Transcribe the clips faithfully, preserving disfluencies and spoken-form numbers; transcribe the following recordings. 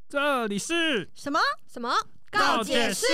这里是什么什么告解室。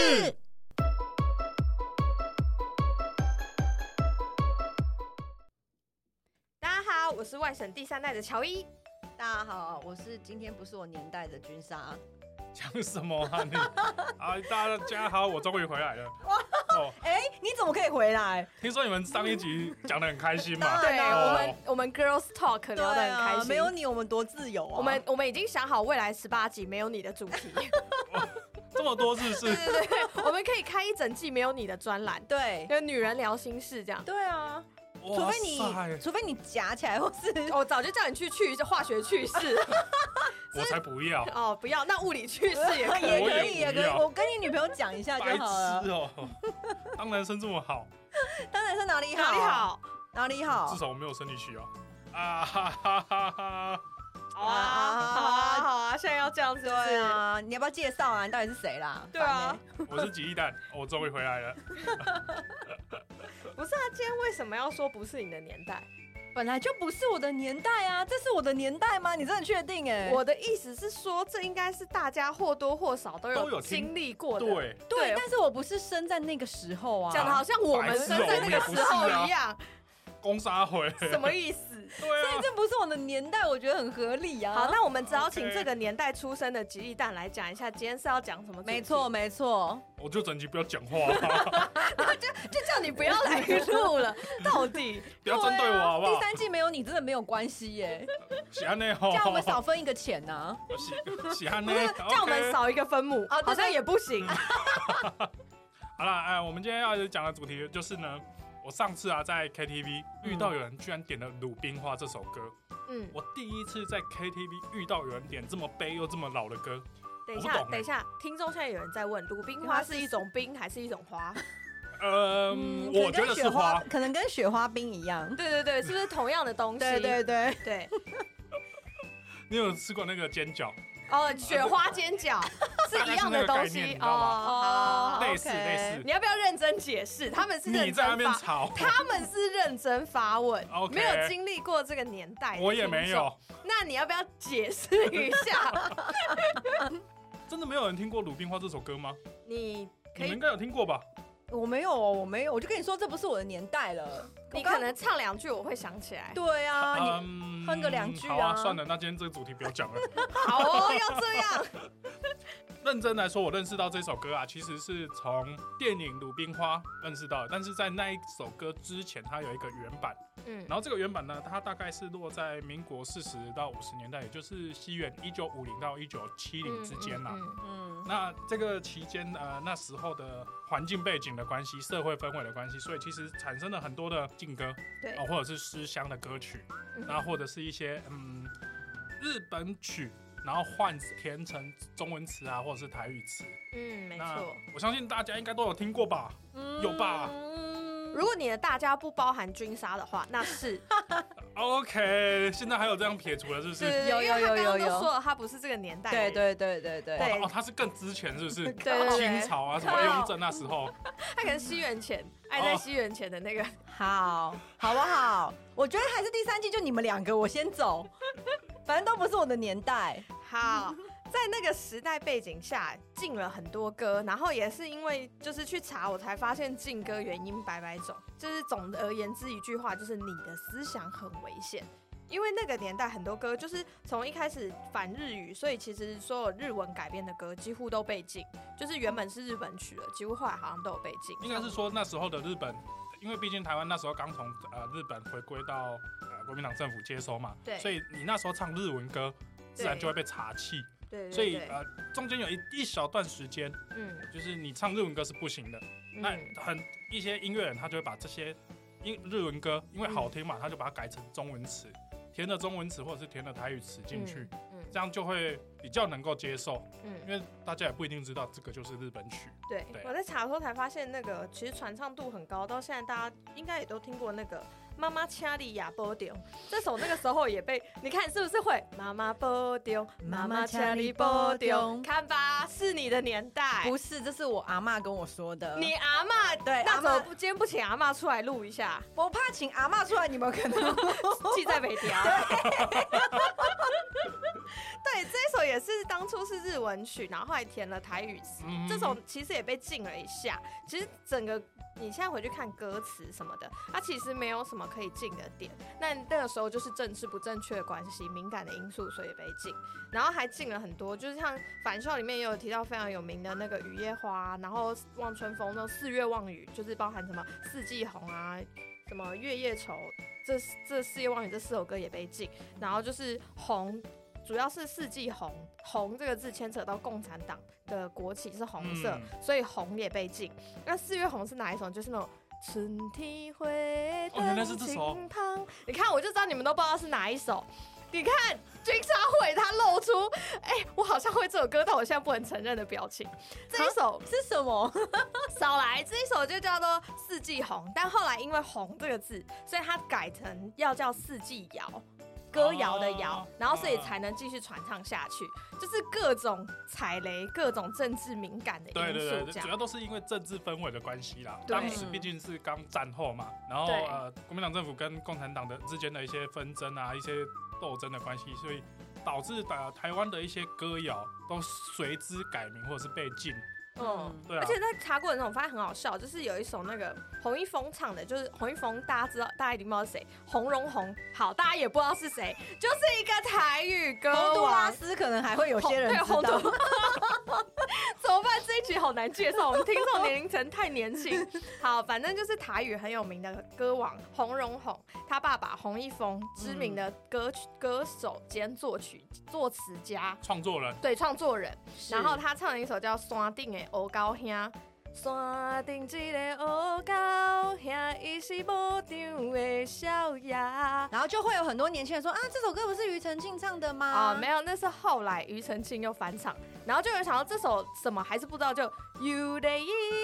大家好，我是外省第三代的乔伊。 大家好，我是今天不是我年代的君莎。 讲什么啊你？啊，大家好，我终于回来了。 哦，哎、欸，你怎么可以回来？ 听说你们上一集讲得很开心嘛？ 对， 哦、 我们我们 Girls Talk 聊得很开心、 啊。没有你，我们多自由啊！ 我们我们已经想好未来十八集没有你的主题。 这么多是不是？ 对对对，我们可以开一整季没有你的专栏， 对， 就女人聊心事这样。 对啊。除非你，除非你夹起来，或是我早就叫你去去化学去世， 我才不要哦，不要，那物理去世也可以， 也可以，也可以。我跟你女朋友讲一下就好了。 白痴哦，当男生这么好， 当男生哪里好？ 哪里好？ 哪里好？ 至少我没有生理需要啊！哈哈哈哈！ 好啊，好啊，好啊，现在要这样子， 对啊，你要不要介绍啊？你到底是谁啦？ 对啊， 我是吉利蛋，我终于回来了。 不是啊，今天为什么要说不是你的年代？ 本来就不是我的年代啊，这是我的年代吗？你真的确定？哎， 我的意思是说，这应该是大家或多或少都有经历过的。 对对，但是我不是生在那个时候啊， 讲的好像我们生在那个时候一样。 攻杀回什么意思？ 对啊， 所以这不是我的年代，我觉得很合理啊。 好，那我们只好请这个年代出生的吉利蛋来讲一下，今天是要讲什么主题？ 没错，没错。 我就整集不要讲话、啊， 就就叫你不要来录了。到底不要针对我好不好？ 第三季没有你真的没有关系耶。 喜安内吼， 这样我们少分一个钱呐、啊。 喜喜安内， 这样我们少一个分母，好像也不行。 好了，哎，我们今天要讲的主题就是呢。我上次啊在 K T V 遇到有人居然点了《鲁冰花》这首歌，嗯，我第一次在 K T V 遇到有人点这么悲又这么老的歌。 等一下，等一下，听众现在有人在问，鲁冰花是一种冰还是一种花？ 呃、嗯，我觉得是花， 可能跟雪花冰一样。 对对对，是不是同样的东西？ 对对对对。 你有吃过那个煎饺？ 哦，雪花煎饺是一样的东西哦，类似类似。 你要不要认真解释？他们是认真你在那边吵， 他们是认真发问， okay, 没有经历过这个年代， 我也没有。 那你要不要解释一下？ 真的没有人听过《鲁冰花》这首歌吗？ 你你们应该有听过吧？ 我没有，我没有，我就跟你说，这不是我的年代了。 你可能唱两句，我会想起来。 对啊，你嗯、 哼个两句啊。 好啊，算了，那今天这个主题不要讲了。 好哦，要这样。 认真来说，我认识到这首歌啊，其实是从电影《鲁冰花》认识到的。但是在那一首歌之前，它有一个原版。嗯，然后这个原版呢，它大概是落在民国四十到五十年代，也就是西元一九五零到一九七零之间啦。嗯, 嗯, 嗯，那这个期间，呃，那时候的环境背景的关系、社会氛围的关系，所以其实产生了很多的劲歌， 对、 哦，或者是诗乡的歌曲，那、嗯、或者是一些嗯日本曲。然后换填成中文词啊，或者是台语词。 嗯，没错。 我相信大家应该都有听过吧？嗯、有吧？ 如果你的大家不包含君莎的话，那是。 OK， 现在还有这样撇除了，是不是？ 有有有有有。 都说了，他不是这个年代。 对对对对对。 对哦，他是更之前，是不是？ 对对对。 清朝啊，什么雍正那时候。 他可能西元前，爱在西元前的那个。 哦、好，好不好？我觉得还是第三季就你们两个，我先走。反正都不是我的年代。 好，在那个时代背景下禁了很多歌，然后也是因为就是去查，我才发现禁歌原因百百种。就是总而言之一句话，就是你的思想很危险。因为那个年代很多歌就是从一开始反日语，所以其实所有日文改编的歌几乎都被禁，就是原本是日本曲了，几乎后来好像都有被禁。 应该是说那时候的日本，因为毕竟台湾那时候刚从呃日本回归到呃国民党政府接收嘛， 对， 所以你那时候唱日文歌，自然就会被查气。 对， 所以呃中间有一一小段时间，嗯，就是你唱日文歌是不行的。嗯、那很一些音乐人他就会把这些英日文歌，因为好听嘛，嗯、他就把它改成中文词。填了中文词或者是填了台语词进去、嗯嗯，这样就会比较能够接受。嗯，因为大家也不一定知道这个就是日本曲。 对，对我在查的时候才发现，那个其实传唱度很高，到现在大家应该也都听过那个《妈妈掐里亚波丢》这首，那个时候也被你看是不是会？妈妈波丢，妈妈掐里波丢，看吧，是你的年代。 不是，这是我阿嬷跟我说的。 你阿嬷对， 那怎么不今天不请阿嬷出来录一下？ 我怕请阿嬷出来，你们可能记在北条。 对，这一首也是当初是日文曲，然后后来填了台语词。嗯、这首其实也被禁了一下。其实整个你现在回去看歌词什么的，它其实没有什么可以禁的点。那那个时候就是政治不正确的关系，敏感的因素，所以被禁。然后还禁了很多，就是像返校里面也有提到非常有名的那个雨夜花，然后望春风那种四月望雨，就是包含什么四季红啊，什么月夜愁，这这四月望雨这四首歌也被禁。然后就是红。主要是四季红，红这个字牵扯到共产党的国旗是红色，嗯、所以红也被禁。那四月红是哪一首？就是那种春天会等清汤。哦、你看，我就知道你们都不知道是哪一首。你看君莎慧他露出，哎、欸，我好像会这首歌，但我现在不能承认的表情。这一首是什么？ 少来，这一首就叫做四季红，但后来因为红这个字，所以它改成要叫四季谣。歌谣的谣，然后所以才能继续传唱下去，就是各种踩雷、各种政治敏感的因素。 对对对，主要都是因为政治氛围的关系啦。当时毕竟是刚战后嘛，然后呃，国民党政府跟共产党的之间的一些纷争啊、一些斗争的关系，所以导致呃台湾的一些歌谣都随之改名或者是被禁。 嗯，对、啊，而且在查过的时候，我发现很好笑，就是有一首那个洪一峰唱的，就是洪一峰，大家知道，大家一定不知道是谁，洪荣宏，好，大家也不知道是谁，就是一个台语歌王， 洪都拉斯可能还会有些人知道， 对，洪都怎么办？这一集好难介绍，我们听众年龄层太年轻。好，反正就是台语很有名的歌王洪荣宏，他爸爸洪一峰，知名的歌曲、嗯、歌手兼作曲作词家、 创作人， 对，创作人。然后他唱了一首叫《山顶的黑狗兄》。山顶一个黑狗兄，伊是无张的小爷。然后就会有很多年轻人说啊，这首歌不是庾澄庆唱的吗？ 啊、哦，没有，那是后来庾澄庆又翻唱。然后就有人想到这首什么还是不知道，就 You Lay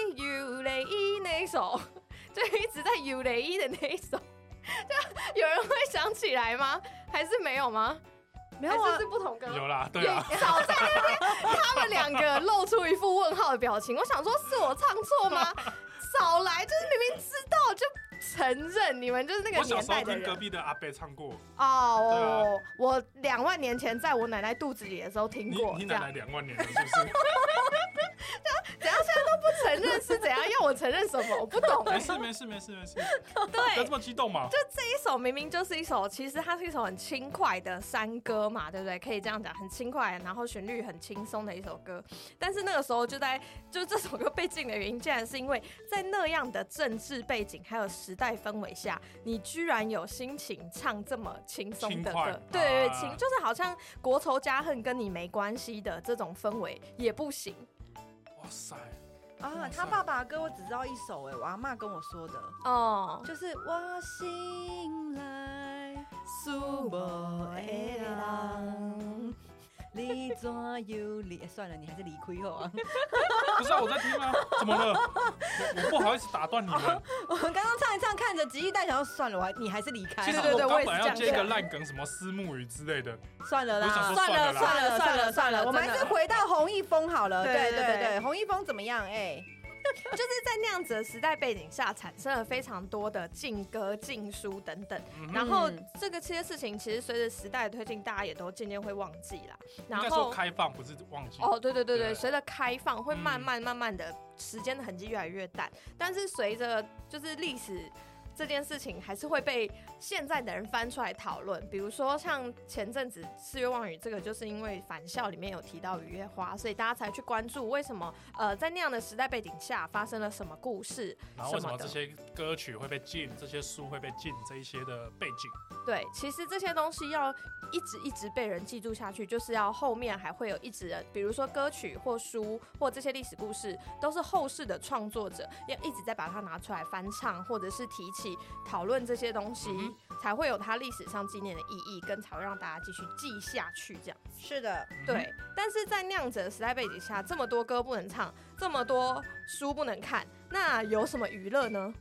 You Lay 那一首，就一直在 You Lay 的那一首，就有人会想起来吗？还是没有吗？没有啊，是不同歌。 有啦，对啊。 少在那边，他们两个露出一副问号的表情。我想说，是我唱错吗？少来，就是明明知道就承认，你们就是那个年代的人。 我小时候跟隔壁的阿伯唱过。 哦，啊、我两万年前在我奶奶肚子里的时候听过。 你, 你奶奶两万年了，是不是？ 怎样？现在都不承认是怎样？要我承认什么？我不懂、欸。 没事没事没事没事。 对， 不要这么激动嘛。 就这一首明明就是一首，其实它是一首很轻快的山歌嘛，对不对？可以这样讲，很轻快，然后旋律很轻松的一首歌。但是那个时候就在，就这首歌被禁的原因，竟然是因为在那样的政治背景还有时代氛围下，你居然有心情唱这么轻松的歌，对对对，轻就是好像国仇家恨跟你没关系的这种氛围也不行。 哇塞！ 啊，他爸爸的歌我只知道一首哎，我阿嬷跟我说的哦，就是我醒来苏无的人，你怎有离？算了，你还是离开好啊。 不是啊，我在听啊，怎么了？我, 我不好意思打断你们。 我们刚刚唱一唱，看着极易带，想说算了，我还你还是离开。 其实我刚本来要接一个烂梗，什么丝木鱼之类的。 算了啦， 算了算了算了算了，我们还是回到洪一峰好了。对对对对，洪一峰怎么样？哎、欸。 就是在那样子的时代背景下，产生了非常多的禁歌、禁书等等。嗯、然后这个这些事情，其实随着时代的推进，大家也都渐渐会忘记啦。然后应该说开放不是忘记哦，对对对对，随着开放会慢慢慢慢的，时间的痕迹越来越淡。嗯、但是随着就是历史。这件事情还是会被现在的人翻出来讨论，比如说像前阵子四月望雨这个，就是因为返校里面有提到雨夜花，所以大家才去关注为什么呃在那样的时代背景下发生了什么故事， 然后为什么这些歌曲会被禁，这些书会被禁，这一些的背景。 对，其实这些东西要一直一直被人记住下去，就是要后面还会有一直人，比如说歌曲或书或这些历史故事，都是后世的创作者要一直在把它拿出来翻唱，或者是提起讨论这些东西，嗯、才会有它历史上纪念的意义，跟才会让大家继续记下去。这样是的， 对。嗯、但是在那样子的时代背景下，这么多歌不能唱，这么多书不能看，那有什么娱乐呢？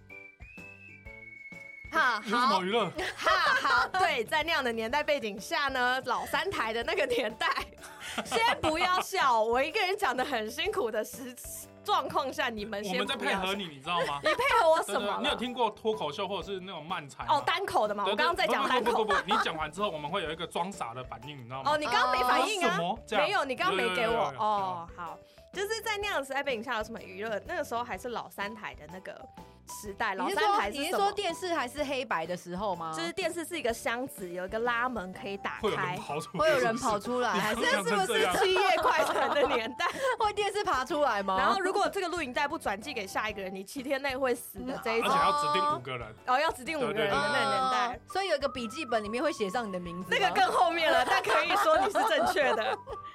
哈，有什么娱乐？ 哈，好，对，在那样的年代背景下呢，老三台的那个年代， 先不要笑，我一个人讲的很辛苦的时状况下，你们先我们在配合你，你知道吗？ 你配合我什么了？ 对对，你有听过脱口秀或者是那种漫才哦，单口的吗？我刚刚在讲单口。 不不不不，你讲完之后，我们会有一个装傻的反应，你知道吗？ 哦，你刚刚没反应啊？ 什么？ 没有，你刚刚没给我。哦，好，就是在那样的时代背景下有什么娱乐？那个时候还是老三台的那个时代，老三台是什么？ 你是说电视还是黑白的时候吗？ 就是电视是一个箱子，有一个拉门可以打开， 会有人跑出来，还是是不是七夜快船的年代？ 会电视爬出来吗？ 然后如果这个录影带不转寄给下一个人，你七天内会死的这一种， 而且要指定五个人， 哦，要指定五个人的那个年代， 所以有一个笔记本里面会写上你的名字， 那个更后面了，但可以说你是正确的。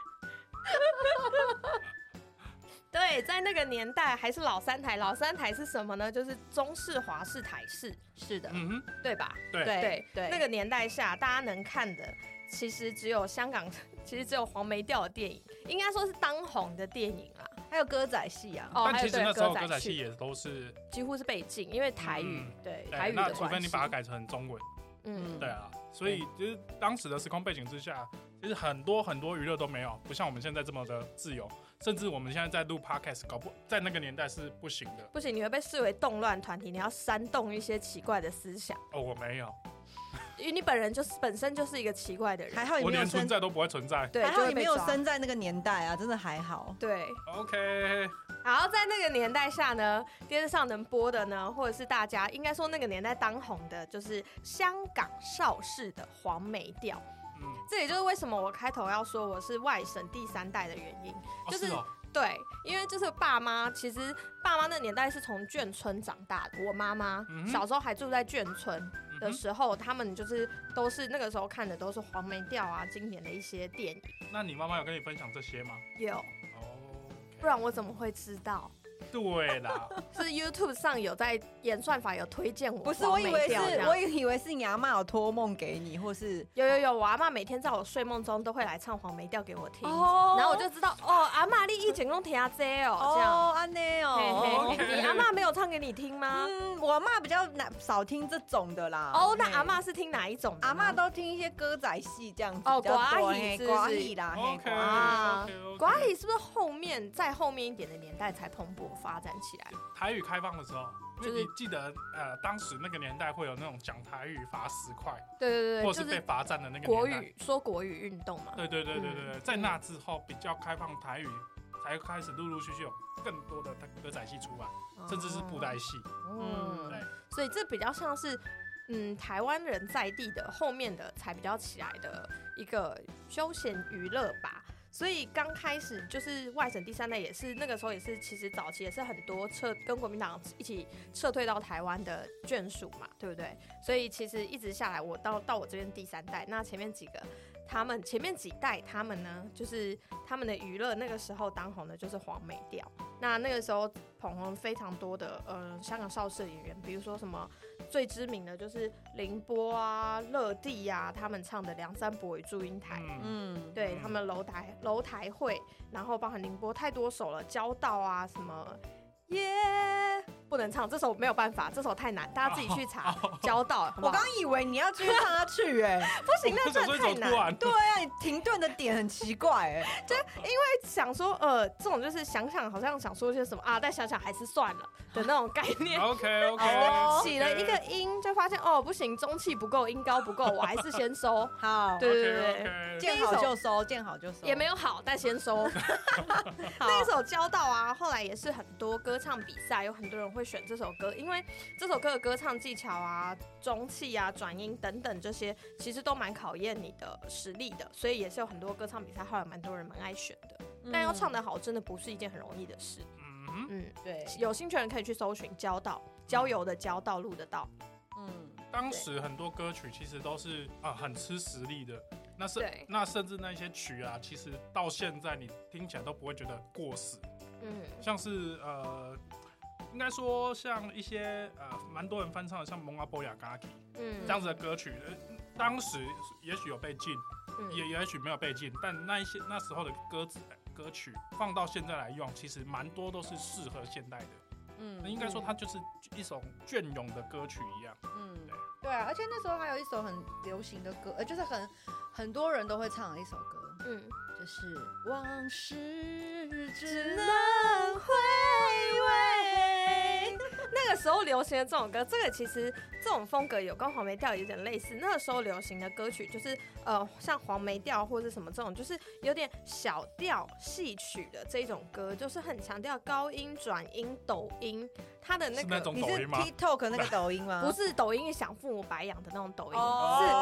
对，在那个年代还是老三台，老三台是什么呢？就是中视、华视、台视， 是的， 嗯哼， 对吧？ 对对对，那个年代下，大家能看的其实只有香港，其实只有黄梅调的电影，应该说是当红的电影啦， 还有歌仔戏啊。 哦， 但其实那时候歌仔戏也都是几乎是被禁，因为台语， 嗯、 对台语的那除非你把它改成中文， 嗯， 对啊，所以就是当时的时空背景之下，其实很多很多娱乐都没有，不像我们现在这么的自由。甚至我们现在在录 podcast， 搞不在那个年代是不行的。 不行，你会被视为动乱团体，你要煽动一些奇怪的思想。 哦，我没有， 因为你本人就是本身就是一个奇怪的人。 还好你没有我连存在都不会存在。 对， 还好你没有生在那个年代啊，真的还好。 对 ，OK。 然后在那个年代下呢，电视上能播的呢，或者是大家应该说那个年代当红的，就是香港邵氏的黄梅调。嗯，这也就是为什么我开头要说我是外省第三代的原因， 哦、 就是。 是哦对，因为就是爸妈，其实爸妈那年代是从眷村长大的。我妈妈小时候还住在眷村的时候，嗯、他们就是都是那个时候看的都是黄梅调啊，经典的一些电影。 那你妈妈有跟你分享这些吗？ 有，哦， okay. 不然我怎么会知道？ 对啦， 是 YouTube 上有在演算法有推荐我， 不是我以为是，我以为是你阿嬷有托梦给你，或是有有有，我阿嬷每天在我睡梦中都会来唱黄梅调给我听，哦、然后我就知道哦，阿嬷你以前拢听这哦，这样哦，安内哦， 你阿嬷没有唱给你听吗？ 嗯，我阿嬷比较少听这种的啦。 哦，那阿嬷是听哪一种的？ 阿嬷都听一些歌仔戏这样子， 哦，寡语是寡语啦， 嘿， 啊，寡语是不是后面再后面一点的年代才蓬勃发展起来？ 台语开放的时候，就是你记得呃，当时那个年代会有那种讲台语罚十块， 对对对， 或是被罚站的那个国语说国语运动嘛。 对对对对对对，嗯、在那之后比较开放台语，才开始陆陆续续有更多的歌仔戏出来，哦、甚至是布袋戏。 嗯，对，所以这比较像是嗯台湾人在地的后面的才比较起来的一个休闲娱乐吧。所以刚开始就是外省第三代，也是那个时候也是，其实早期也是很多撤跟国民党一起撤退到台湾的眷属嘛，对不对？所以其实一直下来，我到到我这边第三代，那前面几个他们前面几代他们呢，就是他们的娱乐那个时候当红的就是黄梅调，那那个时候捧红非常多的呃香港邵氏的演员，比如说什么最知名的就是凌波啊、乐蒂啊，他们唱的《梁山伯与祝英台》，嗯，对他们楼台楼台会，然后包含凌波太多首了，交道啊什么耶。Yeah, 不能唱这首，没有办法，这首太难，大家自己去查。交道， 我刚以为你要继续唱下去，哎， 不行，那真的太难。 对啊，你停顿的点很奇怪，哎， 就因为想说，呃，这种就是想想好像想说些什么啊，但想想还是算了的那种概念。 OK OK， 起了一个音，就发现哦不行，中气不够，音高不够，我还是先收。 好， 对对对， 见好就收，见好就收， 也没有好，但先收。那一首交道啊，后来也是很多歌唱比赛，有很多人会选这首歌，因为这首歌的歌唱技巧啊、中气啊、转音等等这些，其实都蛮考验你的实力的，所以也是有很多歌唱比赛，后来蛮多人蛮爱选的。嗯、但要唱得好，真的不是一件很容易的事。嗯嗯，对，有兴趣的人可以去搜寻交道，郊游的郊，道路的道。 嗯，当时很多歌曲其实都是啊很吃实力的，那是那甚至那些曲啊，其实到现在你听起来都不会觉得过时。嗯，像是呃。应该说，像一些呃，蛮多人翻唱的，像《蒙阿波雅嘎吉》嗯这样子的歌曲，呃、当时也许有被禁，嗯、也也许没有被禁，但那一些那时候的歌词歌曲放到现在来用，其实蛮多都是适合现代的。嗯，应该说它就是一首隽永的歌曲一样。嗯， 对对啊，而且那时候还有一首很流行的歌，呃，就是很很多人都会唱的一首歌。 嗯，就是往事只能回味。 那个时候流行的这种歌，这个其实这种风格有跟黄梅调有点类似。那个时候流行的歌曲就是呃，像黄梅调或者什么这种，就是有点小调戏曲的这种歌，就是很强调高音、转音、抖音。它的那个你是 TikTok 那个抖音吗？ 不是抖音，想父母白养的那种抖音， 哦、 是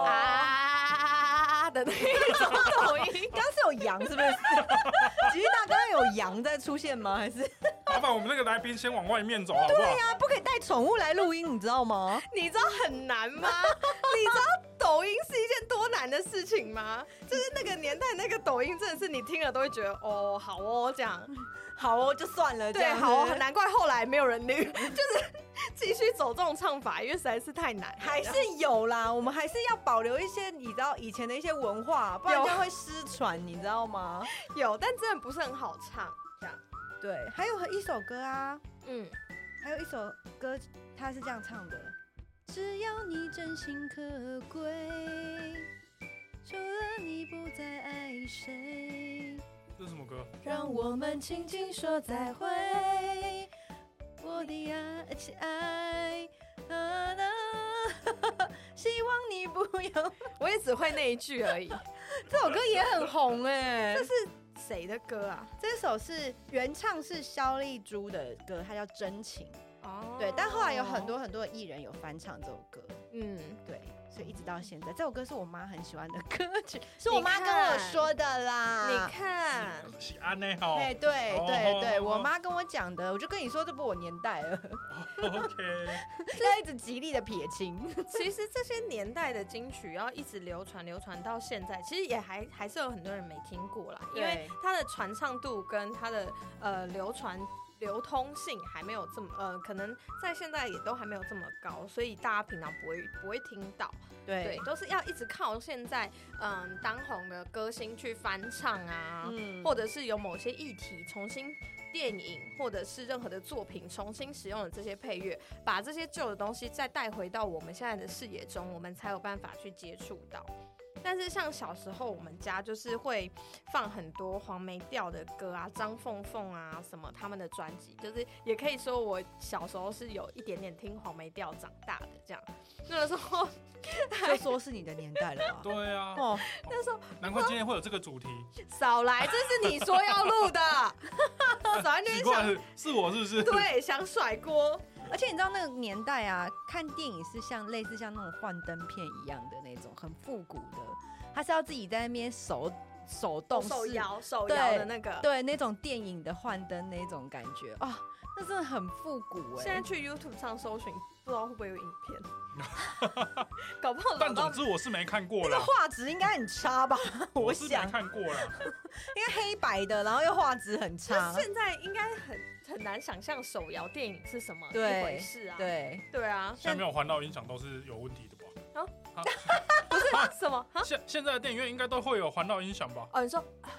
啊的那种抖音。 刚是有羊是不是？吉吉大刚刚有羊在出现吗？还是？ 麻烦我们那个来宾先往外面走好不好？ 对呀、啊，不可以带宠物来录音，你知道吗？ 你知道很难吗？你知道抖音是一件多难的事情吗？就是那个年代那个抖音真的是你听了都会觉得哦好哦这样， 好哦就算了， 对好哦，难怪后来没有人捋，就是继续走这种唱法，因为实在是太难。 还是有啦，我们还是要保留一些你知道以前的一些文化，不然就会失传，你知道吗？ 有，但真的不是很好唱。这样对，还有一首歌啊， 嗯， 还有一首歌，它是这样唱的：只要你真心可贵，除了你不再爱谁。 这是什么歌？ 让我们轻轻说再会，我的爱，啊啊、希望你不要。 我也只会那一句而已。 这首歌也很红哎、 欸，这是谁的歌啊？ 这首是原唱是萧丽珠的歌，它叫《真情》。 哦， 对，但后来有很多很多的艺人有翻唱这首歌。 嗯， 对。所以一直到现在，这首歌是我妈很喜欢的歌曲，是我妈跟我说的啦。 你看， 喜安呢？好， 对对对对，我妈跟我讲的，我就跟你说，这不我年代了。 OK， 要一直极力的撇清。 其实这些年代的金曲要一直流传流传到现在，其实也还还是有很多人没听过啦，因为它的传唱度跟它的呃流传。流通性还没有这么呃，可能在现在也都还没有这么高，所以大家平常不会不会听到， 对, 对，都是要一直靠现在嗯当红的歌星去翻唱啊，嗯、或者是有某些议题重新电影或者是任何的作品重新使用了这些配乐，把这些旧的东西再带回到我们现在的视野中，我们才有办法去接触到。但是像小时候我们家就是会放很多黄梅调的歌啊，张凤凤啊什么他们的专辑，就是也可以说我小时候是有一点点听黄梅调长大的这样。那个时候就说是你的年代了吧？ 对啊， 哦， 那时候难怪今天会有这个主题。 少来，这是你说要录的，少来那边想是我是不是？ 对，想甩锅。 而且你知道那个年代啊，看电影是像类似像那种幻灯片一样的那种，很复古的，他是要自己在那边手手动式手摇手摇的那个， 对，那种电影的幻灯那种感觉啊、哦，那真的很复古哎、欸。 现在去 YouTube 上搜寻，不知道会不会有影片，搞不好。 但总之我是没看过了， 那个画质应该很差吧？我, 我是没看过了， 因为黑白的，然后又画质很差。 现在应该很。很难想象手摇电影是什么一回事啊！ 对对啊， 现在没有环绕音响都是有问题的吧？ 啊，不是什么？ 现现在的电影院应该都会有环绕音响吧？ 哦，你说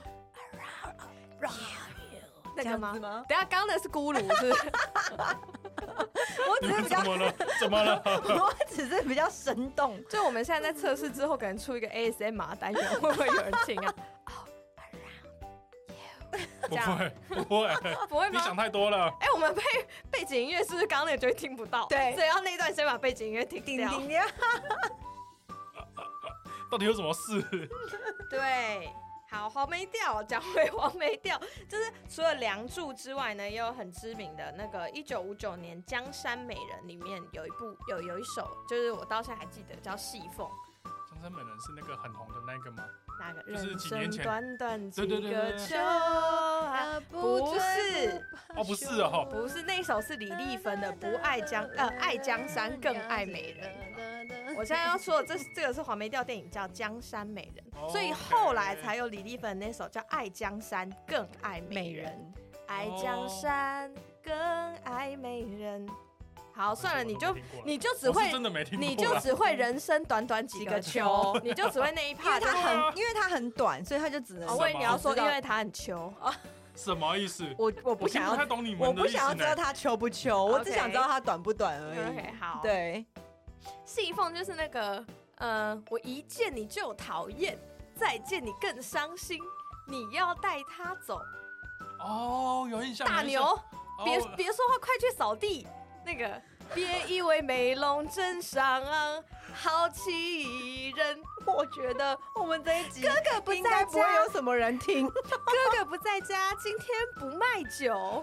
那个吗？等下刚刚那是咕噜，是不是？ 我只是比较怎么了？怎么了？ 我只是比较生动。 就我们现在在测试之后，可能出一个 A S M R 单元，会不会有人听啊？ 不会，不会， 不会吗？ 你想太多了。 哎、欸，我们背背景音乐是不是刚刚那个就会听不到？ 对， 所以要那一段先把背景音乐停掉。 停掉。 到底有什么事？ 对，好，黄梅调，讲回黄梅调，就是除了《梁祝》之外呢，也有很知名的那个一九五九年《江山美人》里面有一部有有一首，就是我到现在还记得叫《戏凤》。 江山美人是那个很红的那个吗？ 哪个？ 就是几年前， 短短几个秋啊，不是， 哦，不是哦， 不是，那一首是李丽芬的《不爱江呃爱江山更爱美人》。我现在要说的这这个是黄梅调电影叫《江山美人》， 哦， 所以后来才有李丽芬的那首叫《爱江山更爱美人》，爱江山更爱美人。好，算了，你就你就只会，你就只会人生短短几个秋，你就只会那一趴， 因为它很，因为它很短，所以它就只能。 我以为你要说，因为它很秋啊。 什么意思？ 我我不想要， 不太懂你们的意思， 我不想要知道它秋不秋，我只想知道它短不短而已。 OK， 好。 对， 戏凤就是那个，呃，我一见你就讨厌。 再见你更伤心，你要带他走。 哦，有印象。 大牛，别别说话，快去扫地。那个，别以为美容真伤啊，好气人。 我觉得我们这一集哥哥不在家， 应该不会有什么人听。 哥哥不在家，今天不卖酒。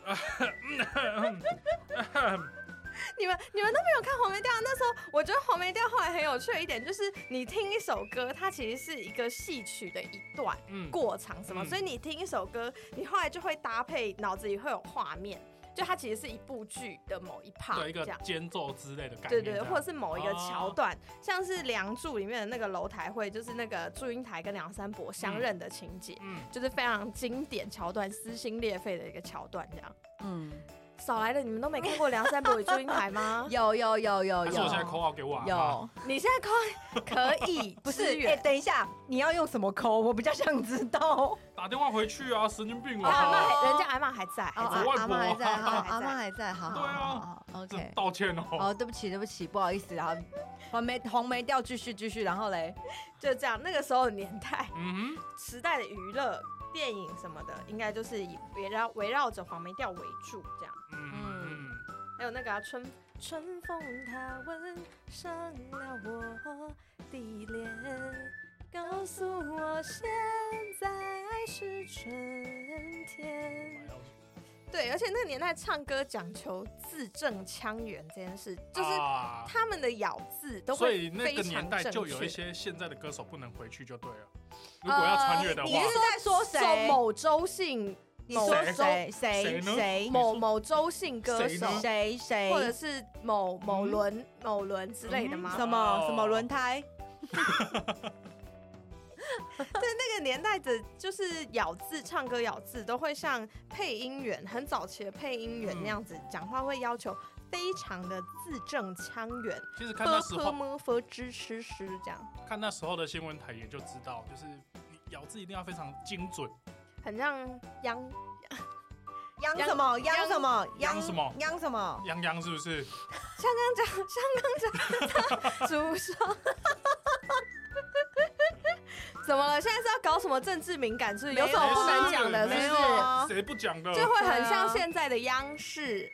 你们你们都没有看黄梅调，那时候我觉得黄梅调后来很有趣的一点就是，你听一首歌，它其实是一个戏曲的一段、嗯、过场什么、嗯，所以你听一首歌，你后来就会搭配，脑子里会有画面，就它其实是一部剧的某一 part， 对，一个间奏之类的概念， 对对，或者是某一个桥段、哦，像是《梁祝》里面的那个楼台会，就是那个祝英台跟梁山伯相认的情节、嗯，就是非常经典桥段，撕心裂肺的一个桥段，这样，嗯。少来了，你们都没看过《梁山伯与祝英台》吗？ 有有有有有。 还是我现在扣号给我、啊？ 有，你现在扣可以， 不是？哎、欸，等一下，你要用什么扣？我比较想知道。 打电话回去啊，神经病啊！ 阿嬤，人家阿嬤还在，还在， 阿嬤还在，好，阿嬤还在，好， 对啊 ，OK， 道歉哦。 哦，对不起，对不起，不好意思，然后黄梅黄梅调继续继续，然后嘞， 就这样，那个时候的年代，嗯哼，时代的娱乐。电影什么的，应该就是以围绕围绕着黄梅调为主，这样。嗯，还有那个、啊、春春风它吻上了我的脸，告诉我现在是春天。对，而且那个年代唱歌讲求字正腔圆这件事，就是他们的咬字都会非常正确。所以那个年代就有一些现在的歌手不能回去就对了。如果要穿越的话， 呃、你是在说谁？某周姓， 某谁谁谁某某周姓歌手， 谁谁， 或者是某某轮、嗯、某轮之类的吗？ 什么什么轮胎？ 对，那个年代的，就是咬字，唱歌咬字都会像配音员，很早期的配音员那样子讲、嗯、话，会要求非常的字正腔圆。 其实看那时候， 么佛支吃诗这样。 看那时候的新闻台也就知道，就是你咬字一定要非常精准， 很像央央什么央什么央什么央什么央央是不是？ 香港讲香港讲主说。怎么了？现在是要搞什么政治敏感？是有什么不能讲的？是不是？谁不讲的？ 就会很像现在的央视。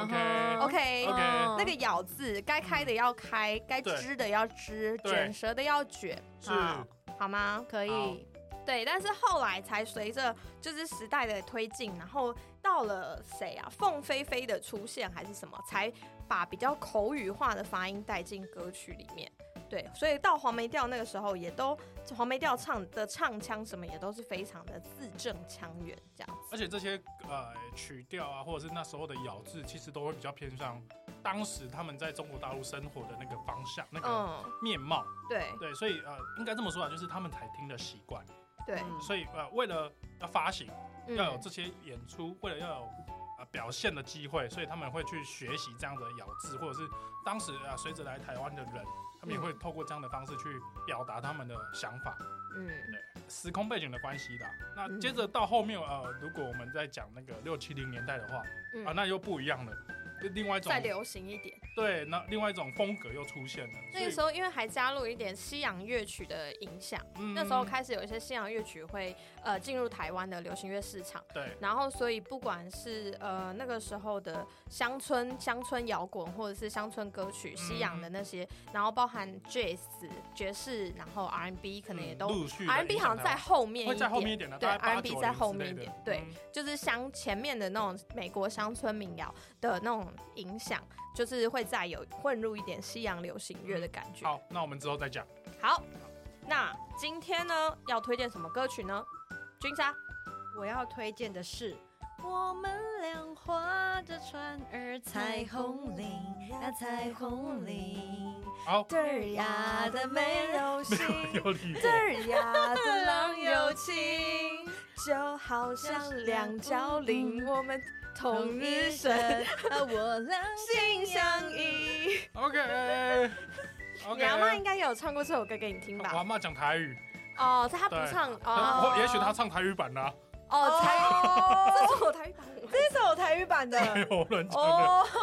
OK OK OK， 那个咬字该开的要开，该支的要支，卷舌的要卷， 是好吗？可以。对，但是后来才随着就是时代的推进，然后到了谁啊？凤飞飞的出现还是什么，才把比较口语化的发音带进歌曲里面。对，所以到黄梅调那个时候，也都黄梅调唱的唱腔什么也都是非常的字正腔圆这样子。 而且这些呃曲调啊，或者是那时候的咬字，其实都会比较偏向当时他们在中国大陆生活的那个方向、那个面貌。嗯、 对对，所以呃应该这么说啊，就是他们才听的习惯。 对， 所以呃为了要发行，嗯、要有这些演出，为了要有呃表现的机会，所以他们会去学习这样的咬字，或者是当时啊随着来台湾的人。他们也会透过这样的方式去表达他们的想法，嗯，对，时空背景的关系的。那接着到后面，呃，如果我们在讲那个六七零年代的话，嗯、啊，那又不一样了，另外一种再流行一点， 对，那另外一种风格又出现了。 那个时候因为还加入一点西洋乐曲的影响，嗯、那时候开始有一些西洋乐曲会呃进入台湾的流行乐市场， 对， 然后所以不管是呃那个时候的乡村乡村摇滚或者是乡村歌曲，嗯、西洋的那些，然后包含 Jazz 爵士，然后 R and B 可能也都、 嗯、 R and B 好像在后面一点， 会在后面一点的， 对 R and B 在后面一点，对， 嗯、 就是乡前面的那种美国乡村民谣的那种影响。就是会再有混入一点西洋流行乐的感觉。 好，那我们之后再讲。 好，那今天呢要推荐什么歌曲呢？君莎， 我要推荐的是我们俩划着船儿彩虹岭呀彩虹岭， 好， 嘚儿呀的没有心， 嘚儿呀的郎有情，就好像两角岭，我们同日生，我俩心相依。 OK， 你阿嬤应该有唱过这首歌给你听吧？ 我阿嬤讲台语。 哦，他不唱哦，也许他唱台语版的、啊。 哦，台语，这是我台语版， 这是我台语版的。 没有人唱的。哦，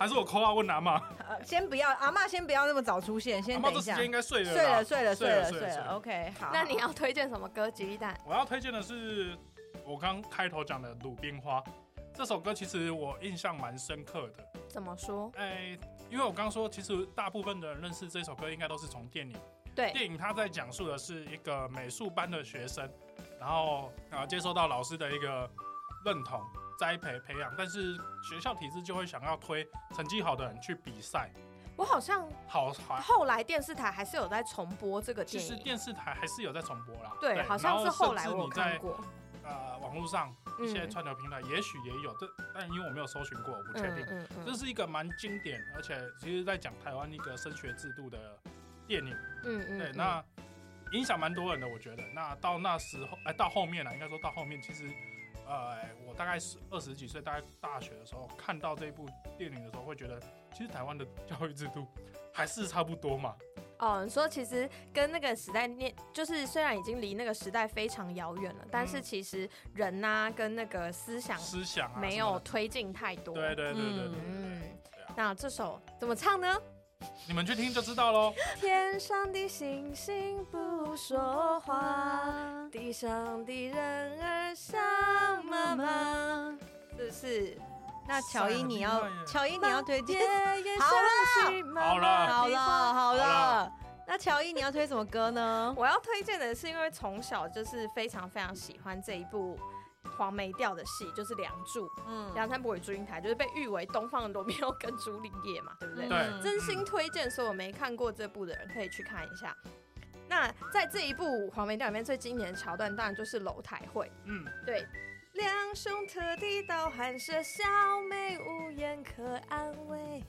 还是我call out问阿嬷？ 呃，先不要，阿嬷先不要那么早出现，先等一下。 阿嬷这时间应该睡了， 睡了，睡了， 睡了，睡了。OK， 好。 那你要推荐什么歌？吉利蛋。 我要推荐的是我刚开头讲的《鲁冰花》这首歌，其实我印象蛮深刻的。 怎么说？ 哎、欸，因为我刚说，其实大部分的人认识这首歌，应该都是从电影。 对， 电影它在讲述的是一个美术班的学生，然后啊接受到老师的一个认同、栽培、培养，但是学校体制就会想要推成绩好的人去比赛。 我好像好， 后来电视台还是有在重播这个电影， 其实电视台还是有在重播啦。 对，对好像是后来我有看过。 呃，网络上一些串流平台也许也有，这、嗯、但因为我没有搜寻过，我不确定。嗯嗯嗯、这是一个蛮经典，而且其实在讲台湾一个升学制度的电影。嗯嗯，对，那影响蛮多人的，我觉得。那到那时候，哎，到后面了，应该说到后面，其实，呃，我大概是二十几岁，大概大学的时候看到这部电影的时候，会觉得，其实台湾的教育制度还是差不多嘛。 哦，你说其实跟那个时代念，就是虽然已经离那个时代非常遥远了，但是其实人呐、啊、跟那个思想思想没有推进太多。 对对对对对。 嗯，那这首怎么唱呢？ 你们去听就知道咯。 天上的星星不说话，地上的人儿想妈妈，是不是？ 那乔伊你要，乔伊你要推荐？ 好了，好了，好了，好了。那乔伊你要推什么歌呢？ 我要推荐的是，因为从小就是非常非常喜欢这一部黄梅调的戏，就是《梁祝》。嗯，梁山伯与祝英台就是被誉为东方的罗密欧跟朱丽叶嘛，对不对？ 对。 真心推荐所有没看过这部的人可以去看一下。那在这一部黄梅调里面最经典的桥段，当然就是楼台会。嗯，对。两兄特地到寒舍，小妹无言可安慰。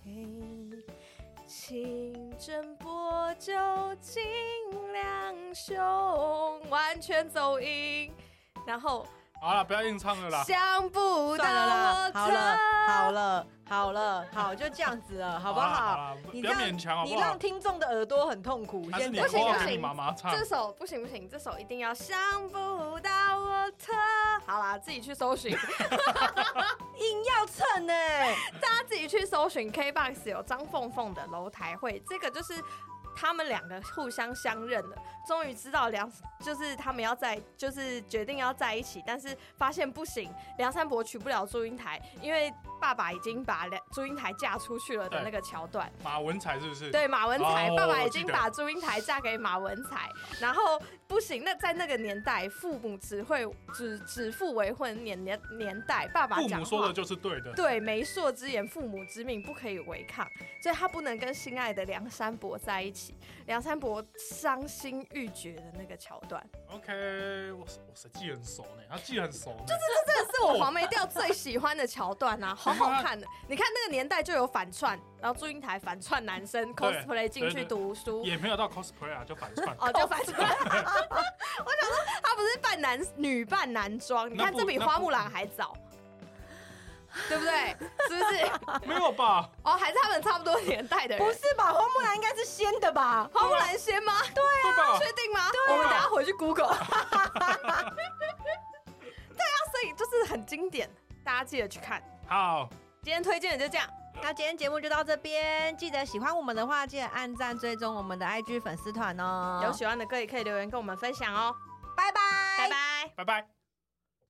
清蒸薄酒敬两兄，完全走音。然后好了，不要硬唱了啦。 想不到我好了，好了，好了，好，就这样子了，好不好？ 好啦你不要勉强好不好？ 你让听众的耳朵很痛苦。 还是你不行不行，妈妈唱这首不行不行，这首一定要想不到我特。好啦，自己去搜寻。 硬要蹭呢、欸， 大家自己去搜寻 K B O X 有张凤凤的楼台会，这个就是他们两个互相相认了，终于知道梁就是他们要在，就是决定要在一起，但是发现不行，梁山伯娶不了祝英台，因为爸爸已经把祝英台嫁出去了的那个桥段。 马文才是不是？ 对，马文才，哦、爸爸已经把祝英台嫁给马文才，然后不行，那在那个年代，父母只会指指腹为婚年年年代，爸爸讲话父母说的就是对的， 对，媒妁之言，父母之命，不可以违抗，所以他不能跟心爱的梁山伯在一起。梁山伯伤心欲绝的那个桥段 ，OK， 我我是记很熟呢，他记很熟呢， 就是这真的是我黄梅调最喜欢的桥段啊，好好看的。你看那个年代就有反串，然后祝英台反串男生 cosplay 进去读书， 也没有到 cosplay 啊，就反串哦，就反串。我想说他不是扮男女扮男装，你看这比花木兰还早。对不对？是不是？ 没有吧？ 哦，还是他们差不多年代的人？ 不是吧？花木兰应该是先的吧？ 花木兰先吗？ 对啊，确定吗？ 对啊， 我们等下回去 Google。对啊，所以就是很经典，大家记得去看。 好， 今天推荐的就这样。 那今天节目就到这边，记得喜欢我们的话，记得按赞追踪我们的 I G 粉丝团哦。 有喜欢的歌也可以留言跟我们分享哦。 拜拜， 拜拜， 拜拜。